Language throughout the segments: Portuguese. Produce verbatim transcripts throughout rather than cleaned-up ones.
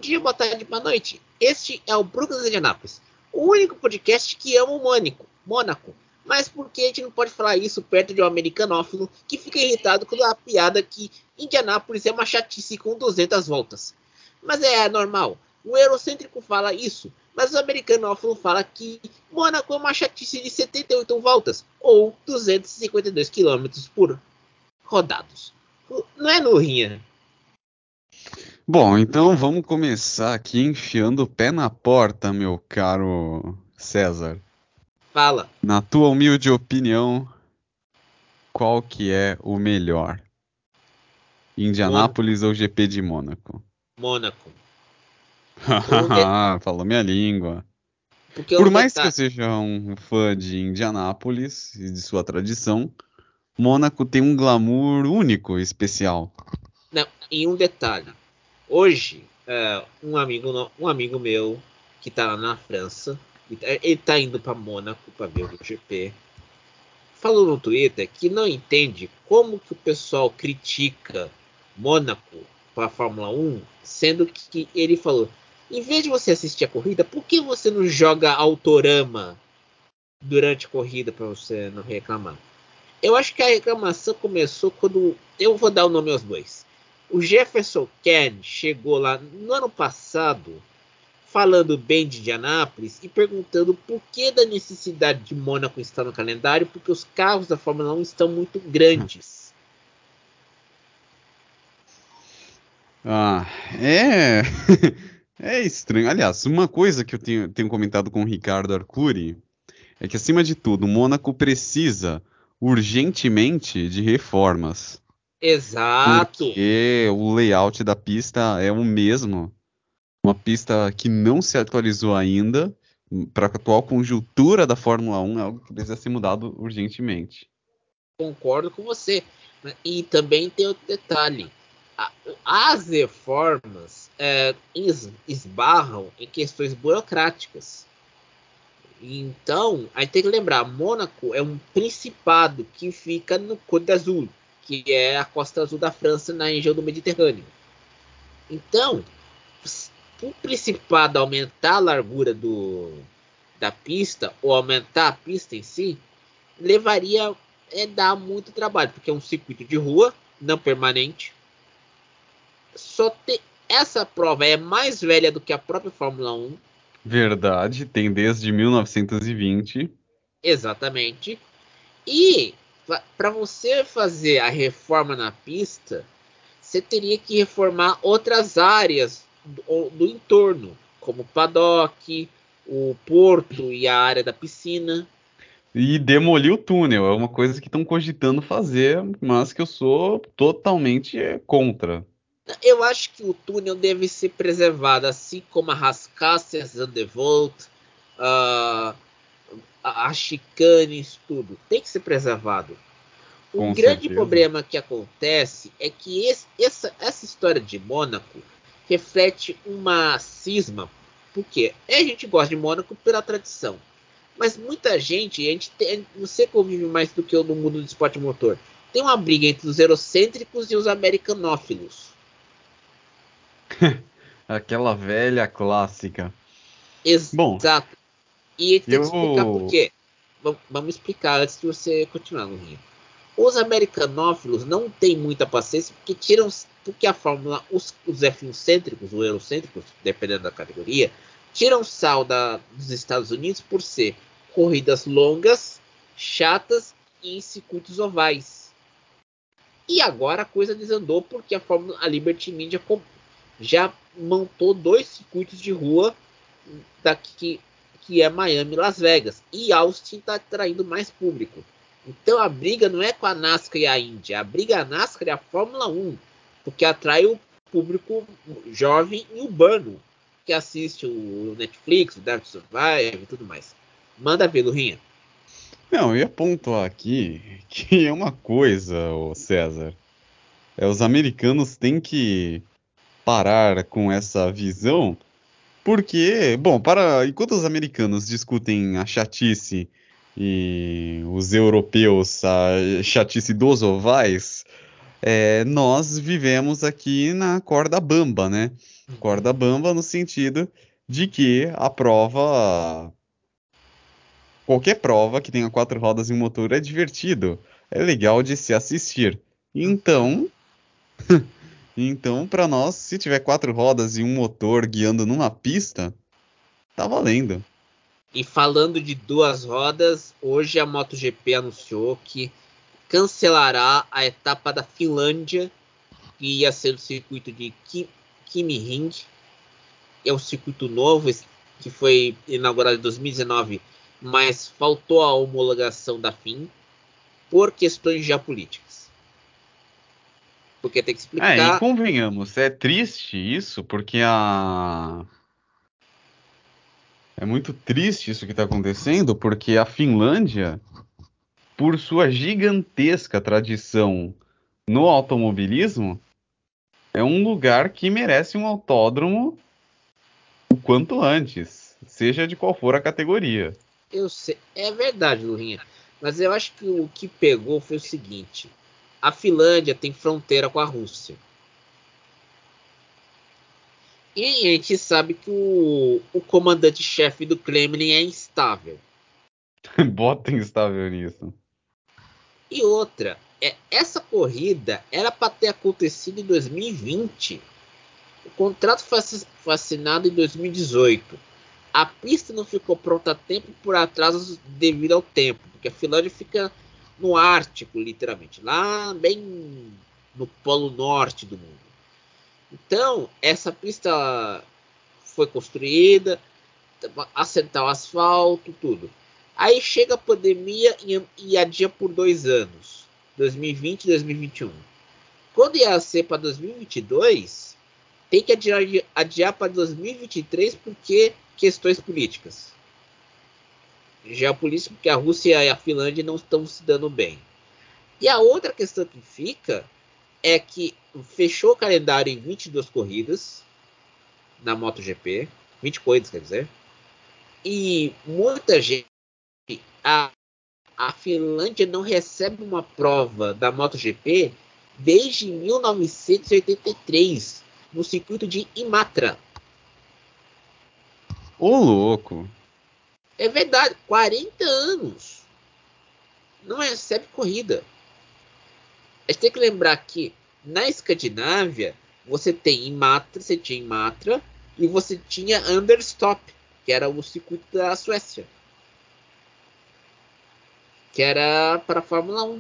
dia, boa tarde, boa noite. Este é o Brooklyn de Anápolis, o único podcast que ama o Mônico, Mônaco. Mas por que a gente não pode falar isso perto de um americanófilo que fica irritado com a piada que Indianápolis é uma chatice com duzentas voltas? Mas é normal, o eurocêntrico fala isso, mas o americanófilo fala que Mônaco é uma chatice de setenta e oito voltas, ou duzentos e cinquenta e dois quilômetros por rodados. Não é, Nurrinha? Bom, então vamos começar aqui enfiando o pé na porta, meu caro César. Fala. Na tua humilde opinião, qual que é o melhor? Mônaco. Indianápolis ou G P de Mônaco? Mônaco. Um de... Falou minha língua. Porque Por um mais que eu detalhe. seja um fã de Indianápolis e de sua tradição, Mônaco tem um glamour único e especial. Não, e um detalhe. Hoje, é, um, amigo, um amigo meu que tá lá na França, ele tá indo pra Mônaco pra ver o G P, falou no Twitter que não entende como que o pessoal critica Mônaco pra Fórmula um, sendo que ele falou, em vez de você assistir a corrida, por que você não joga Autorama durante a corrida para você não reclamar? Eu acho que a reclamação começou quando, eu vou dar o nome aos bois, o Jefferson Kern chegou lá no ano passado falando bem de Indianápolis e perguntando por que da necessidade de Mônaco estar no calendário, porque os carros da Fórmula um estão muito grandes. Ah, é. É estranho. Aliás, uma coisa que eu tenho, tenho comentado com o Ricardo Arcuri é que, acima de tudo, o Mônaco precisa urgentemente de reformas, Exato. porque o layout da pista é o mesmo, uma pista que não se atualizou ainda para a atual conjuntura da Fórmula um, é algo que precisa ser mudado urgentemente. Concordo com você. E também tem outro detalhe. As reformas é, esbarram em questões burocráticas. Então, a gente tem que lembrar, Mônaco é um principado que fica no Côte d'Azur, que é a costa azul da França na região do Mediterrâneo. Então, o principado aumentar a largura do, da pista, ou aumentar a pista em si, levaria é dar muito trabalho, porque é um circuito de rua, não permanente. Só te, essa prova é mais velha do que a própria Fórmula um. Verdade, tem desde mil novecentos e vinte. Exatamente. E para você fazer a reforma na pista, você teria que reformar outras áreas do, do entorno, como o paddock, o porto e a área da piscina. E demolir o túnel, é uma coisa que estão cogitando fazer, mas que eu sou totalmente eh, contra. Eu acho que o túnel deve ser preservado, assim como a Rascassias Zandvoort, uh, a, a chicanes, tudo. Tem que ser preservado. O Com grande certeza. problema que acontece é que esse, essa, essa história de Mônaco reflete uma cisma. Porque a gente gosta de Mônaco pela tradição. Mas muita gente, a gente tem, você convive mais do que eu no mundo do esporte motor. Tem uma briga entre os eurocêntricos e os americanófilos. Aquela velha clássica. Bom, Exato. E a gente tem que explicar por eu. quê. Vamos explicar antes de você continuar, Lurinha. Os americanófilos não têm muita paciência porque tiram. Porque a Fórmula, os, os F um cêntricos, ou eurocêntricos, dependendo da categoria, tiram sal da, dos Estados Unidos por ser corridas longas, chatas e em circuitos ovais. E agora a coisa desandou porque a Fórmula, a Liberty Media já montou dois circuitos de rua daqui, que é Miami e Las Vegas. E Austin está atraindo mais público. Então a briga não é com a NASCAR e a Índia, a briga a NASCAR é a Fórmula um, porque atrai o público jovem e urbano que assiste o Netflix, o Drive Survive e tudo mais. Manda ver, Lurinha. Não, eu ia pontuar aqui que é uma coisa, ô César. É, os americanos têm que parar com essa visão, porque, bom, para enquanto os americanos discutem a chatice e os europeus a chatice dos ovais, é, nós vivemos aqui na corda bamba, né? Uhum. Corda bamba no sentido de que a prova, qualquer prova que tenha quatro rodas e um motor é divertido, é legal de se assistir. Uhum. Então, então para nós, se tiver quatro rodas e um motor guiando numa pista, tá valendo. E falando de duas rodas, hoje a MotoGP anunciou que cancelará a etapa da Finlândia, que ia ser o circuito de Kim, Kimi Ring. É um circuito novo que foi inaugurado em dois mil e dezenove, mas faltou a homologação da F I M por questões geopolíticas. Porque tem que É, e explicar. convenhamos, é triste isso, porque a é muito triste isso que está acontecendo, porque a Finlândia, por sua gigantesca tradição no automobilismo, é um lugar que merece um autódromo o quanto antes, seja de qual for a categoria. Eu sei, é verdade, Lurinha. Mas eu acho que o que pegou foi o seguinte: a Finlândia tem fronteira com a Rússia. E a gente sabe que o, o comandante-chefe do Kremlin é instável. Botem estável nisso. E outra, é, essa corrida era para ter acontecido em dois mil e vinte. O contrato foi assinado em dois mil e dezoito. A pista não ficou pronta a tempo por atrasos devido ao tempo, porque a Finlândia fica no Ártico, literalmente, lá bem no polo norte do mundo. Então, essa pista foi construída, assentar o asfalto, tudo. Aí chega a pandemia e, e adia por dois anos, dois mil e vinte e dois mil e vinte e um. Quando ia ser para dois mil e vinte e dois, tem que adiar, adiar para dois mil e vinte e três porque questões políticas. Geopolítica, porque a Rússia e a Finlândia não estão se dando bem. E a outra questão que fica é que fechou o calendário em vinte e duas corridas na MotoGP, vinte corridas, quer dizer, e muita gente, a, a Finlândia não recebe uma prova da MotoGP desde mil novecentos e oitenta e três, no circuito de Imatra. Ô, louco! É verdade, quarenta anos não recebe corrida. A gente tem que lembrar que na Escandinávia você tem Imatra, você tinha Imatra e você tinha Understop, que era o circuito da Suécia, que era para a Fórmula um.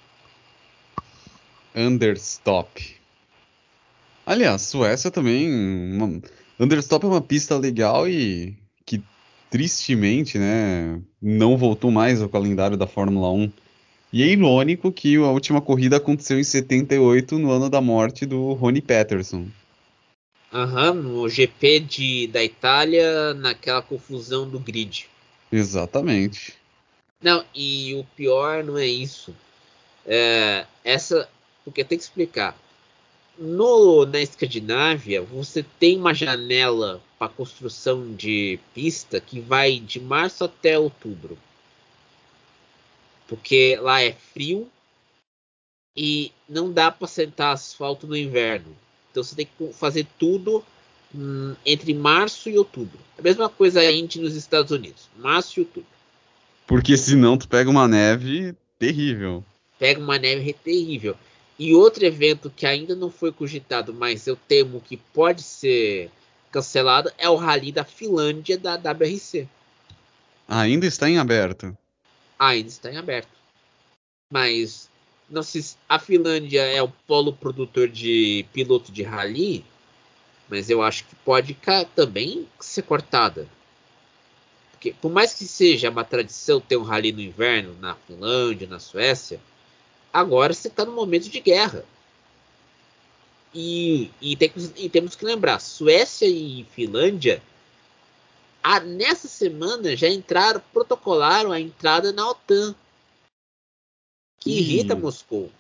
Understop. Aliás, Suécia também. Uma... Understop é uma pista legal e que tristemente, né, não voltou mais ao calendário da Fórmula Um. E é irônico que a última corrida aconteceu em setenta e oito, no ano da morte do Ronnie Peterson. Aham, no G P de, da Itália, naquela confusão do grid. Exatamente. Não, e o pior não é isso. É, essa, porque tem que explicar. No, na Escandinávia, você tem uma janela para construção de pista que vai de março até outubro, porque lá é frio e não dá para sentar asfalto no inverno. Então você tem que fazer tudo hum, entre março e outubro. A mesma coisa a gente nos Estados Unidos, março e outubro. Porque senão tu pega uma neve terrível. Pega uma neve terrível. E outro evento que ainda não foi cogitado, mas eu temo que pode ser cancelado, é o Rally da Finlândia da W R C. Ainda está em aberto. Ainda está em aberto. Mas não se, a Finlândia é o polo produtor de piloto de rally, mas eu acho que pode também ser cortada. Porque por mais que seja uma tradição ter um rally no inverno na Finlândia, na Suécia, agora você está no momento de guerra. E, e, tem, e, temos que lembrar, Suécia e Finlândia, a, nessa semana já entraram, protocolaram a entrada na OTAN, que irrita E Moscou.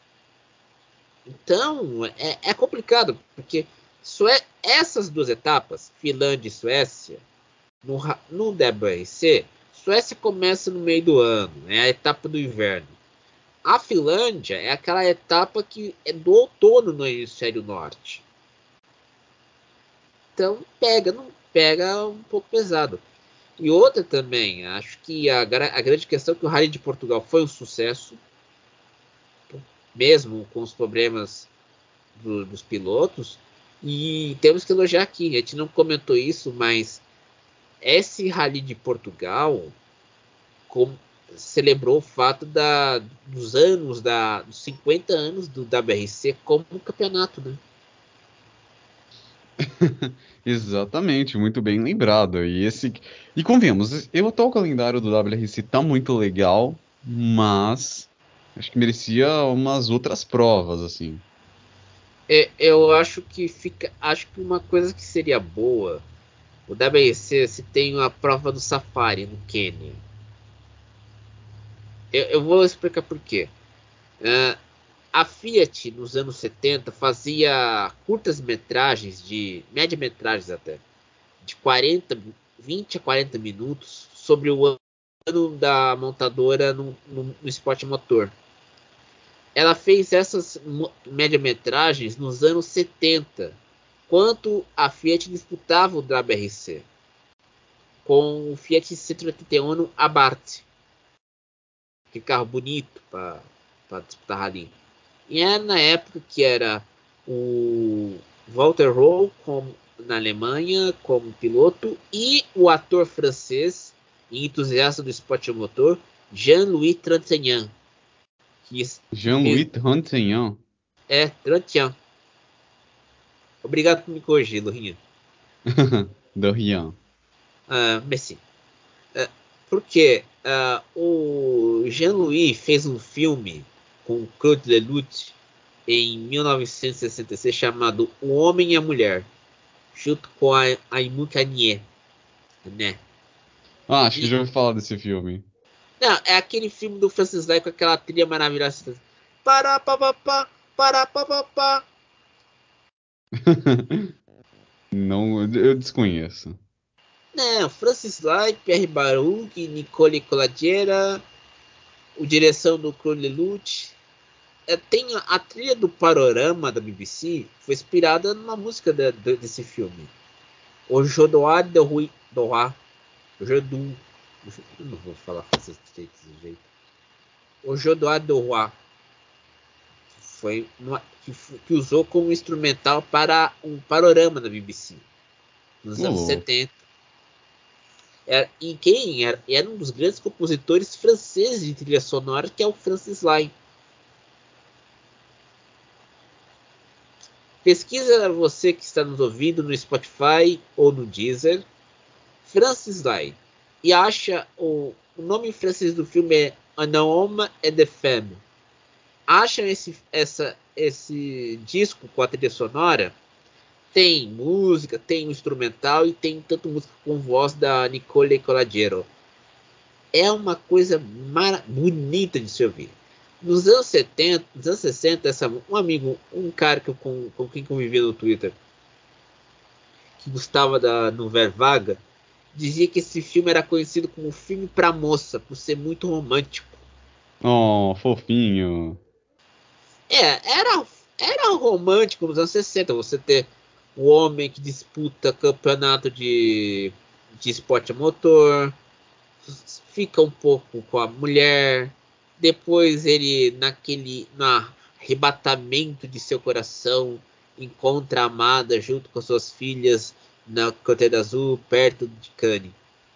Então é, é complicado, porque Sué essas duas etapas, Finlândia e Suécia, no, no W R C, Suécia começa no meio do ano, é a etapa do inverno. A Finlândia é aquela etapa que é do outono no hemisfério norte. Então pega, não pega um pouco pesado. E outra também, acho que a, a grande questão é que o Rally de Portugal foi um sucesso, mesmo com os problemas do, dos pilotos, e temos que elogiar aqui, a gente não comentou isso, mas esse Rally de Portugal com, celebrou o fato da, dos anos, da, dos cinquenta anos do W R C como um campeonato, né? Exatamente, muito bem lembrado. E esse e convenhamos, o atual calendário do W R C tá muito legal, mas acho que merecia umas outras provas assim. É, eu acho que fica, acho que uma coisa que seria boa, o W R C se tem uma prova do Safari no Quênia. Eu, eu vou explicar por quê. Uh, a Fiat nos anos setenta fazia curtas metragens de média metragens até de quarenta, vinte a quarenta minutos sobre o ano da montadora no, no, no esporte motor. Ela fez essas média-metragens nos anos setenta, quando a Fiat disputava o W R C com o Fiat cento e oitenta e um Abarth, que carro bonito para disputar rally. E era na época que era o Walter Rowe como, na Alemanha como piloto e o ator francês e entusiasta do esporte motor Jean-Louis Trintignant, que, que fez Jean-Louis Trintignant. é Trintignant. Obrigado por me corrigir, Lurinha. Dorian. Uh, Messi. Uh, porque uh, o Jean-Louis fez um filme com Claude Lelouch em mil novecentos e sessenta e seis chamado O Homem e a Mulher, junto com a Aimou Canier, né? Ah, acho que E, já ouvi falar desse filme. não, é aquele filme do Francis Lai com aquela trilha maravilhosa. Para pa pa pa, para pa pa pa. Não, eu desconheço. Não, Francis Lai, Pierre Baruch, Nicole Coladiera, o direção do Claude Lelouch. É, tem a, a trilha do Panorama da B B C foi inspirada numa música de, de, desse filme. O Jodoá de Rui Doá. O Jodum. Eu não vou falar francês desse jeito. O Jodoá de Roi foi uma, que, que usou como instrumental para um panorama da B B C nos Ô, anos louco. setenta. Era, e quem era? Era um dos grandes compositores franceses de trilha sonora, que é o Francis Lai. Pesquisa você que está nos ouvindo no Spotify ou no Deezer, Francis Lai, e acha o, o nome em francês do filme é Un homme et des femmes. Acha esse, essa, esse disco com a trilha sonora, tem música, tem um instrumental e tem tanto música com voz da Nicole Coladiero. É uma coisa mara, bonita de se ouvir. Nos anos setenta, nos anos sessenta, essa, um amigo, um cara que eu, com, com quem convivia no Twitter, que gostava da Nouvelle Vague, dizia que esse filme era conhecido como filme pra moça, por ser muito romântico. Oh, fofinho. É, era, era romântico nos anos sessenta, você ter o homem que disputa campeonato de, de esporte a motor, fica um pouco com a mulher, depois ele, naquele no arrebatamento de seu coração, encontra a amada junto com suas filhas na Corteira Azul, perto de Cannes.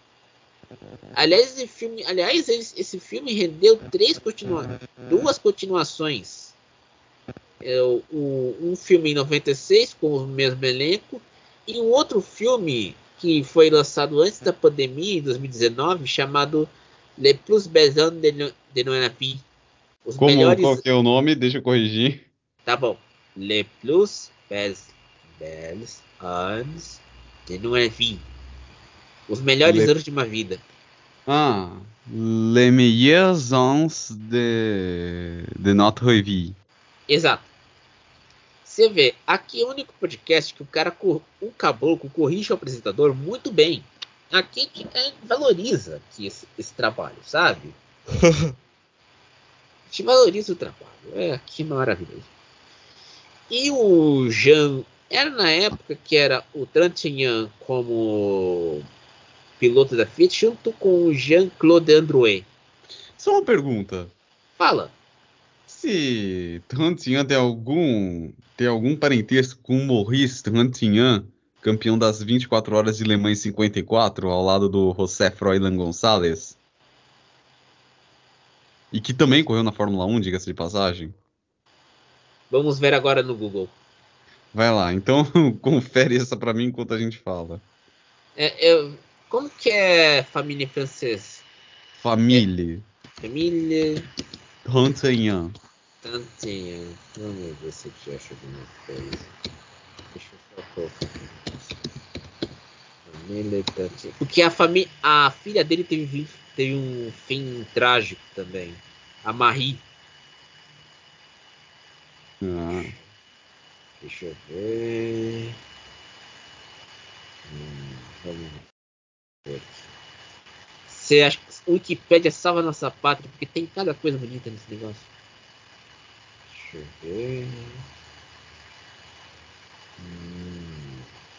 Aliás, esse filme, aliás, esse filme rendeu três continua duas continuações. É, o, um filme em noventa e seis com o mesmo elenco e um outro filme que foi lançado antes da pandemia, em dois mil e dezenove, chamado Le Plus Belles Hommes de, de Notre Vie. Os Como, qual melhores... que é o nome? Deixa eu corrigir. Tá bom. Le Plus Belles, Belles Hommes de Notre Vie. Os melhores Le... anos de uma vida. Ah, Les meilleurs ans de, de notre vie. Exato. Você vê, aqui é o único podcast que o cara, o caboclo, corrige o apresentador muito bem. Aqui que é, valoriza aqui esse, esse trabalho, sabe? A gente valoriza o trabalho. É, que maravilhoso. E o Jean, Era na época que era o Trintignant como piloto da Fiat, junto com o Jean-Claude Androuet. Só uma pergunta. Fala. Se Trintignant tem algum, tem algum parentesco com o Maurice Trintignant, campeão das vinte e quatro horas de Le Mans em cinquenta e quatro, ao lado do José Froilán Gonçalves? E que também correu na Fórmula um, diga-se de passagem. Vamos ver agora no Google. Vai lá, então confere essa pra mim enquanto a gente fala. É, eu, como que é família em francês? É Família. família Trintignant. Tantinha. Vamos ver se eu acho alguma coisa. Deixa eu só colocar. Família Tantinha. Porque a, família, a filha dele teve, teve um fim trágico também. A Marie. Ah. Deixa eu ver. Hum, vamos ver. Você acha que o Wikipedia salva nossa pátria? Porque tem cada coisa bonita nesse negócio. Deixa eu ver. Hum.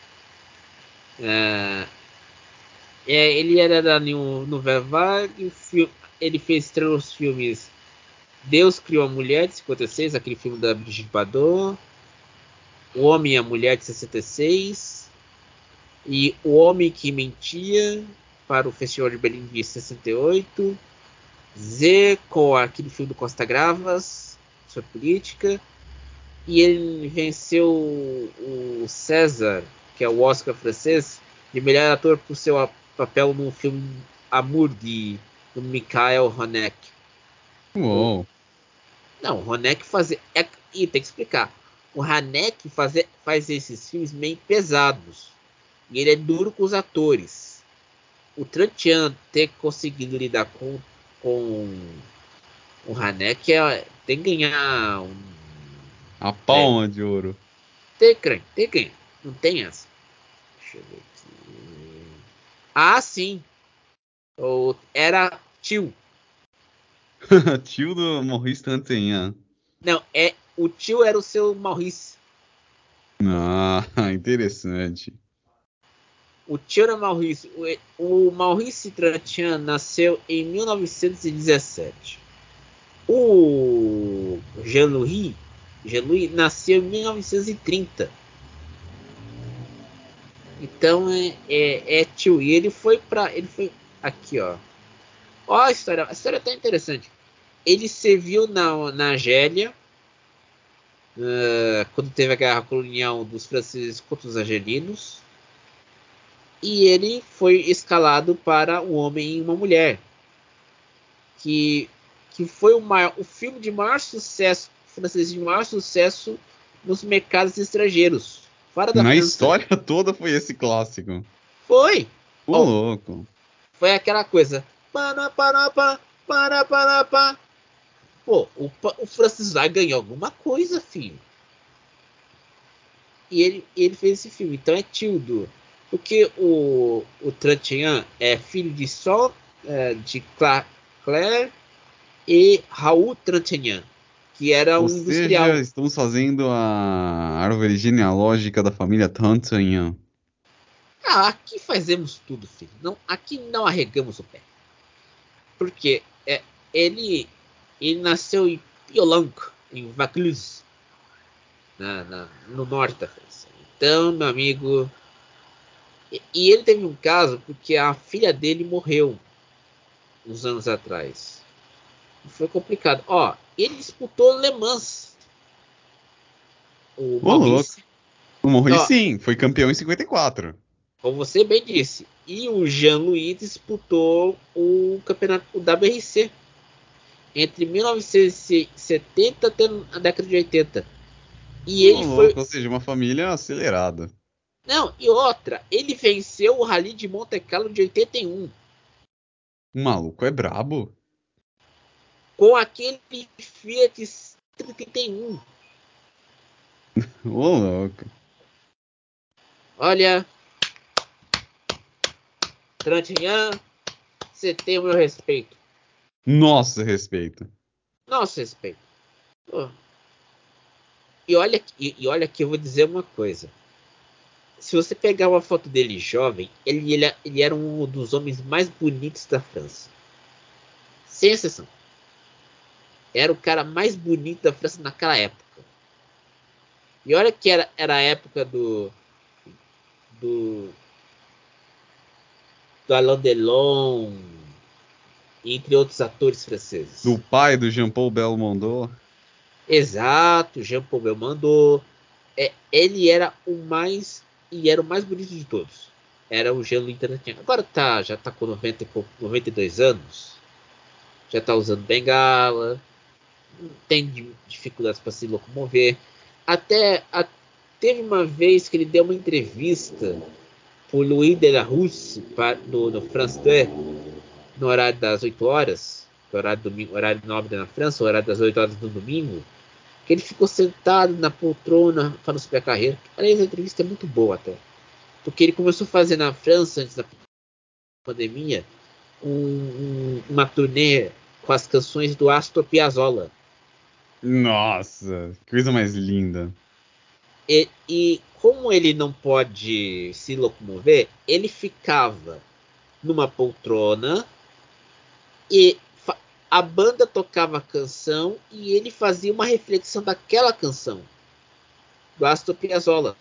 É, é, ele era da New Nouvelle Vague. Ele fez três filmes. Deus Criou a Mulher, de cinquenta e seis, aquele filme da Brigitte Bardot. O Homem e a Mulher, de sessenta e seis. E O Homem que Mentia, para o Festival de Berlim, de sessenta e oito. Z, com aquele filme do Costa Gravas, sobre política. E ele venceu o César, que é o Oscar francês, de melhor ator por seu papel no filme Amour, de do Michael Haneke. O, Uou. não, o Haneke fazer. É, e tem que explicar. O Haneke fazer, faz esses filmes meio pesados. E ele é duro com os atores. O Trintignant ter conseguido lidar com, com o Haneke é, tem que ganhar um A prêmio. palma de ouro. Tem que, tem que. Não tem essa. Deixa eu ver aqui. Ah, sim. O, era tio. Tio do Maurice Trintignant. Não, é o tio era o seu Maurice. Ah, interessante. O tio era Maurice. O, o Maurice Trintignant nasceu em mil novecentos e dezessete. O Jean-Louis Jean-Louis nasceu em mil novecentos e trinta. Então é, é, é tio. E ele foi para ele foi aqui, ó. Ó a história. A história tá interessante. Ele serviu na, na Argélia, uh, quando teve a guerra colonial dos franceses contra os argelinos. E ele foi escalado para O Homem e uma Mulher, que, que foi o, maior, o filme de maior sucesso francês, de maior sucesso nos mercados estrangeiros, fora da Na França. história toda foi esse clássico. Foi! Ô, Oh, louco. foi aquela coisa. Para, para, para, para, para, para. Pô, o, o Francis vai ganhar alguma coisa, filho. E ele, ele fez esse filme. Então é tio do. Porque o, o Trintignant é filho de Sol, é, de Cla Claire e Raul Trintignant, que era Ou um seja, industrial. estamos fazendo a árvore genealógica da família Trintignant. Ah, aqui fazemos tudo, filho. Não, aqui não arregamos o pé. Porque é, ele, ele nasceu em Piolanco, em Vaucluse, na, na, no norte da França. Então, meu amigo. E, e ele teve um caso porque a filha dele morreu uns anos atrás. Foi complicado. Ó, ele disputou Le Mans, o Ô, louco. Maurice. O Maurice, Ó, sim, foi campeão em cinquenta e quatro. como você bem disse. E o Jean-Louis disputou o campeonato o W R C entre mil novecentos e setenta até a década de oitenta. E Ô, ele foi. louco, ou seja, uma família acelerada. Não, e outra, ele venceu o Rally de Monte Carlo de oitenta e um O maluco é brabo. com aquele Fiat trinta e um. Ô, louco. Olha, Trintignant, você tem o meu respeito. Nossa, respeito. Nosso respeito. Pô, E olha, e, e olha que eu vou dizer uma coisa. Se você pegar uma foto dele jovem, ele, ele, ele era um dos homens mais bonitos da França. Sem exceção. Era o cara mais bonito da França naquela época. E olha que era, era a época do. do. do Alain Delon, entre outros atores Do franceses. pai do Jean-Paul Belmondo. Exato, Jean-Paul Belmondo. É, ele era o mais. E era o mais bonito de todos. Era o Jean-Louis Tarantino. Agora tá, já tá com noventa e pouco, noventa e dois anos. Já tá usando bengala. Tem dificuldades para se locomover. Até a, teve uma vez que ele deu uma entrevista pro Louis de la Rousse no, no France dois, no horário das oito horas, horário, domingo, horário nobre na França, o horário das oito horas do domingo, que ele ficou sentado na poltrona falando sobre a carreira. Aliás, a entrevista é muito boa até. Porque ele começou a fazer na França, antes da pandemia, um, um, uma turnê com as canções do Astor Piazzolla. Nossa, que coisa mais linda. E, e como ele não pode se locomover, ele ficava numa poltrona e a banda tocava a canção e ele fazia uma reflexão daquela canção do Astor Piazzolla.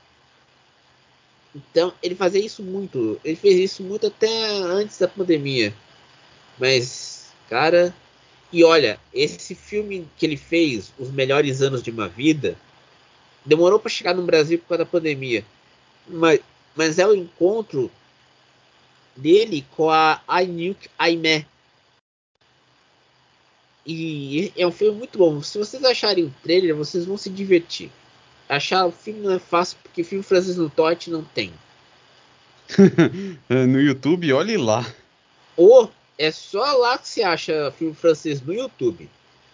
Então ele fazia isso muito, ele fez isso muito até antes da pandemia. Mas, cara, e olha, esse filme que ele fez, Os Melhores Anos de uma Vida, demorou para chegar no Brasil por causa da pandemia. Mas, mas é o encontro dele com a Anouk Aimée. E é um filme muito bom. Se vocês acharem o trailer, vocês vão se divertir. Achar o filme não é fácil, porque filme francês no Torte não tem. No YouTube, olhe lá. Ou é só lá que se acha filme francês no YouTube.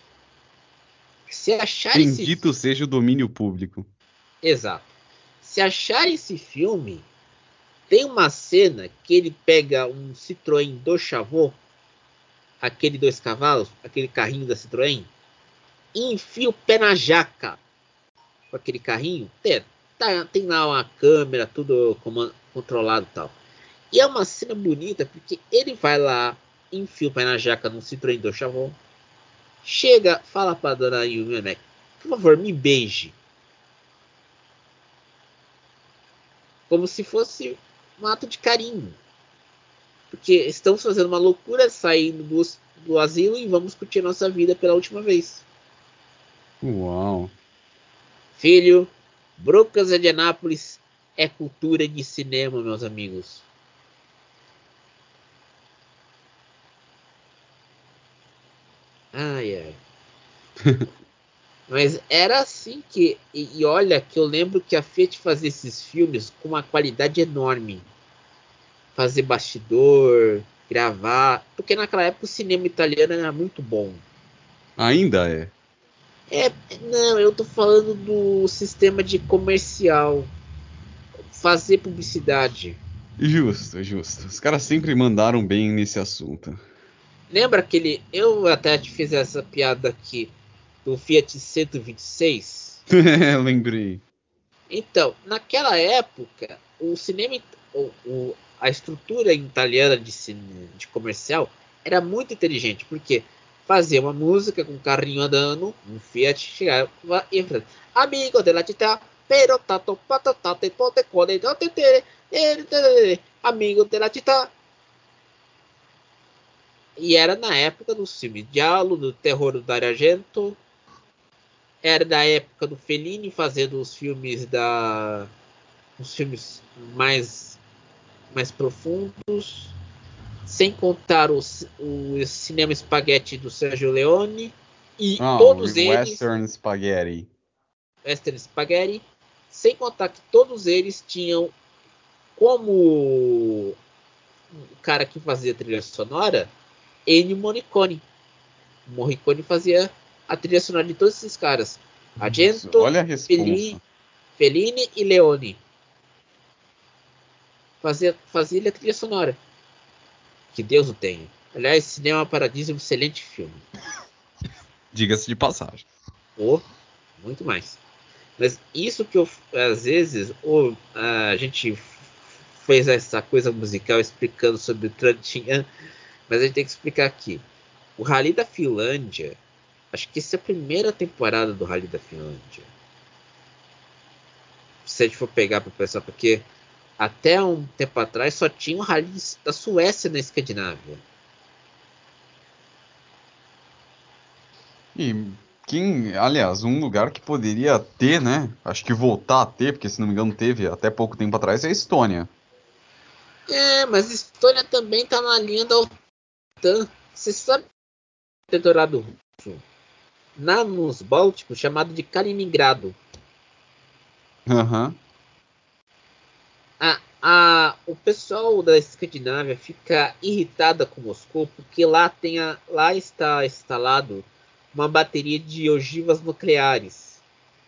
Se achar esse Bendito filme. seja o domínio público. Exato. Se achar esse filme, tem uma cena que ele pega um Citroën do Chavot, aquele dois cavalos, aquele carrinho da Citroën, e enfia o pé na jaca com aquele carrinho. Tem, tá, tem lá uma câmera, tudo comando, controlado e tal. E é uma cena bonita porque ele vai lá, enfia o pé na jaca no Citroën do Chavon, chega, fala pra dona Yumi, né? Por favor, me beije. Como se fosse um ato de carinho. Porque estamos fazendo uma loucura saindo do, do asilo e vamos curtir nossa vida pela última vez. Uau. Filho, Brocas de Anápolis é cultura de cinema, meus amigos. Ai, ai. Mas era assim que. E, e olha que eu lembro que a Fiat fazia esses filmes com uma qualidade enorme. Fazer bastidor, gravar. Porque naquela época o cinema italiano era muito bom. Ainda é. É, não, eu tô falando do sistema de comercial. Fazer publicidade. Justo, justo. Os caras sempre mandaram bem nesse assunto. Lembra aquele. Eu até te fiz essa piada aqui do Fiat cento e vinte e seis? Lembrei. Então, naquela época, o cinema, o, o, a estrutura italiana de, cine, de comercial era muito inteligente, porque fazia uma música com um carrinho andando, um Fiat chegava e falava, amigo della città, pero tato patatate pote code amigo della città. E era na época do filme Diallo, do terror do Dario Argento, era da época do Fellini fazendo os filmes da os filmes mais mais profundos, sem contar os, o cinema espaguete do Sergio Leone e Ah, o todos eles Western Spaghetti. Western Spaghetti, sem contar que todos eles tinham como o cara que fazia a trilha sonora Ennio Morricone. O Morricone fazia a trilha sonora de todos esses caras. Nossa, Argento, olha a Fellini, responsa. Fellini e Leone. Fazia, fazia a trilha sonora. Que Deus o tenha. Aliás, Cinema Paradiso é um excelente filme. Diga-se de passagem. Ou muito mais. Mas isso que eu, às vezes, ou, a gente fez essa coisa musical explicando sobre o Trantinhan, mas a gente tem que explicar aqui. O Rally da Finlândia, acho que essa é a primeira temporada do Rally da Finlândia. Se a gente for pegar para pensar, porque até um tempo atrás só tinha o Rally da Suécia na Escandinávia. E quem, aliás, um lugar que poderia ter, né? Acho que voltar a ter, porque se não me engano teve até pouco tempo atrás, é a Estônia. É, mas a Estônia também tá na linha da OTAN. Você sabe o território russo? Na, nos Bálticos, chamado de Kaliningrado. Aham. A, a, o pessoal da Escandinávia fica irritada com Moscou porque lá, tem a, lá está instalado uma bateria de ogivas nucleares.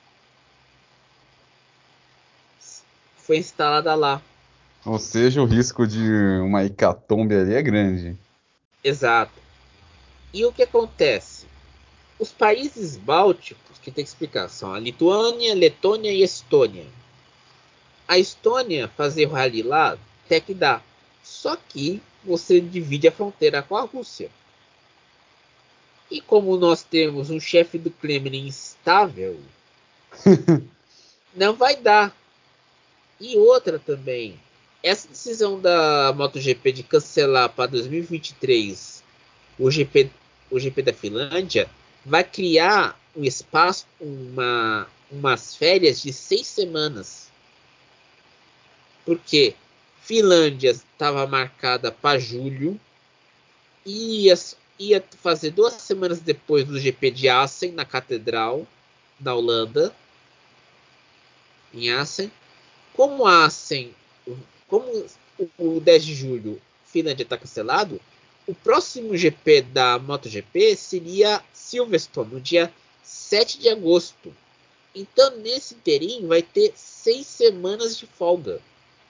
Foi instalada lá. Ou seja, o risco de uma hecatombe ali é grande. Exato. E o que acontece? Os países bálticos, que tem que explicar, são a Lituânia, Letônia e Estônia. A Estônia fazer o rally lá até que dá. Só que você divide a fronteira com a Rússia. E como nós temos um chefe do Kremlin instável, não vai dar. E outra também, essa decisão da MotoGP de cancelar para dois mil e vinte e três o G P, o G P da Finlândia vai criar um espaço, uma, umas férias de seis semanas. Porque Finlândia estava marcada para julho e ia, ia fazer duas semanas depois do G P de Assen, na Catedral, na Holanda, em Assen. Como Assen, como o dez de julho Finlândia está cancelado, o próximo G P da MotoGP seria Silverstone, no dia sete de agosto. Então, nesse interim, vai ter seis semanas de folga.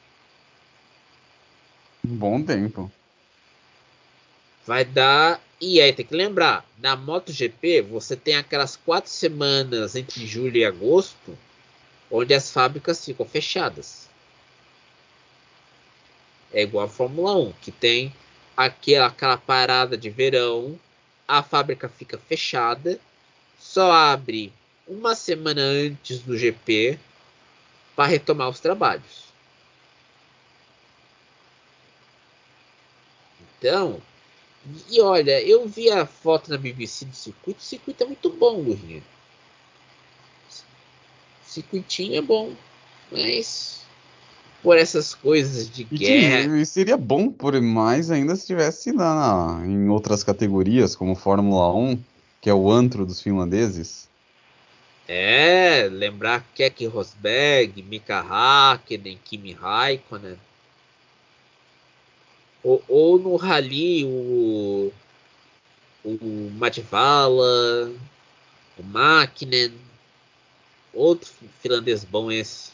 Um bom tempo. Vai dar. E aí tem que lembrar, na MotoGP você tem aquelas quatro semanas entre julho e agosto, onde as fábricas ficam fechadas. É igual a Fórmula um, que tem aquela, aquela parada de verão, a fábrica fica fechada, só abre uma semana antes do G P para retomar os trabalhos. Então, e olha, eu vi a foto na B B C do circuito, o circuito é muito bom, Lurinha. Circuitinho é bom, mas por essas coisas de E que guerra. e seria bom por mais ainda se estivesse lá na- em outras categorias, como Fórmula Um, que é o antro dos finlandeses. É, lembrar Keke Rosberg, Mika Hakkinen, Kimi Raikkonen. Ou, ou no Rally, o, o Mativala, o Makinen. Outro finlandês bom esse.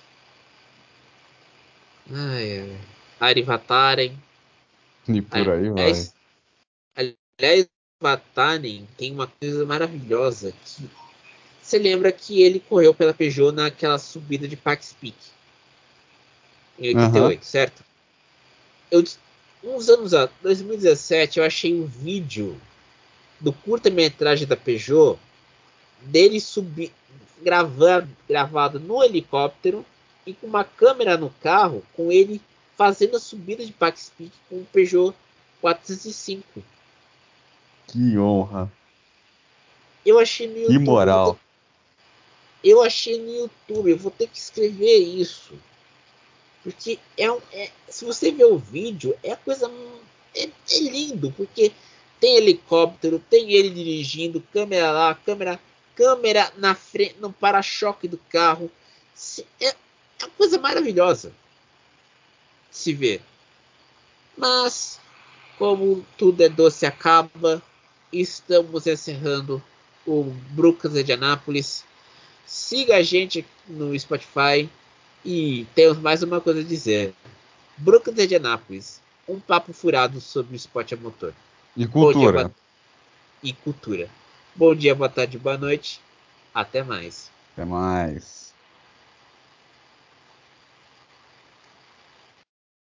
Ai, ai. Ari Vatanen. E por aí vai. Aliás, aliás, Vatanen tem uma coisa maravilhosa que você lembra que ele correu pela Peugeot naquela subida de Pikes Peak em oitenta e Aham. oito, certo? Eu, uns anos atrás, dois mil e dezessete, eu achei um vídeo do curta-metragem da Peugeot dele subir, gravando, gravado no helicóptero e com uma câmera no carro, com ele fazendo a subida de Pikes Peak com o Peugeot quatrocentos e cinco. Que honra. Eu achei no Que YouTube, eu vou ter, moral. eu achei no YouTube, eu vou ter que escrever isso. Porque é, um, é se você ver o vídeo, é a coisa. É, é lindo, porque tem helicóptero, tem ele dirigindo, câmera lá, câmera, câmera na frente, no para-choque do carro. É, é uma coisa maravilhosa de se ver. Mas, como tudo é doce acaba, estamos encerrando o Brooklyn de Anápolis. Siga a gente no Spotify e temos mais uma coisa a dizer. Brooklyn de Anápolis, um papo furado sobre o esporte a motor. E Bom dia, boa... cultura. e cultura. Bom dia, boa tarde, boa noite. Até mais. Até mais.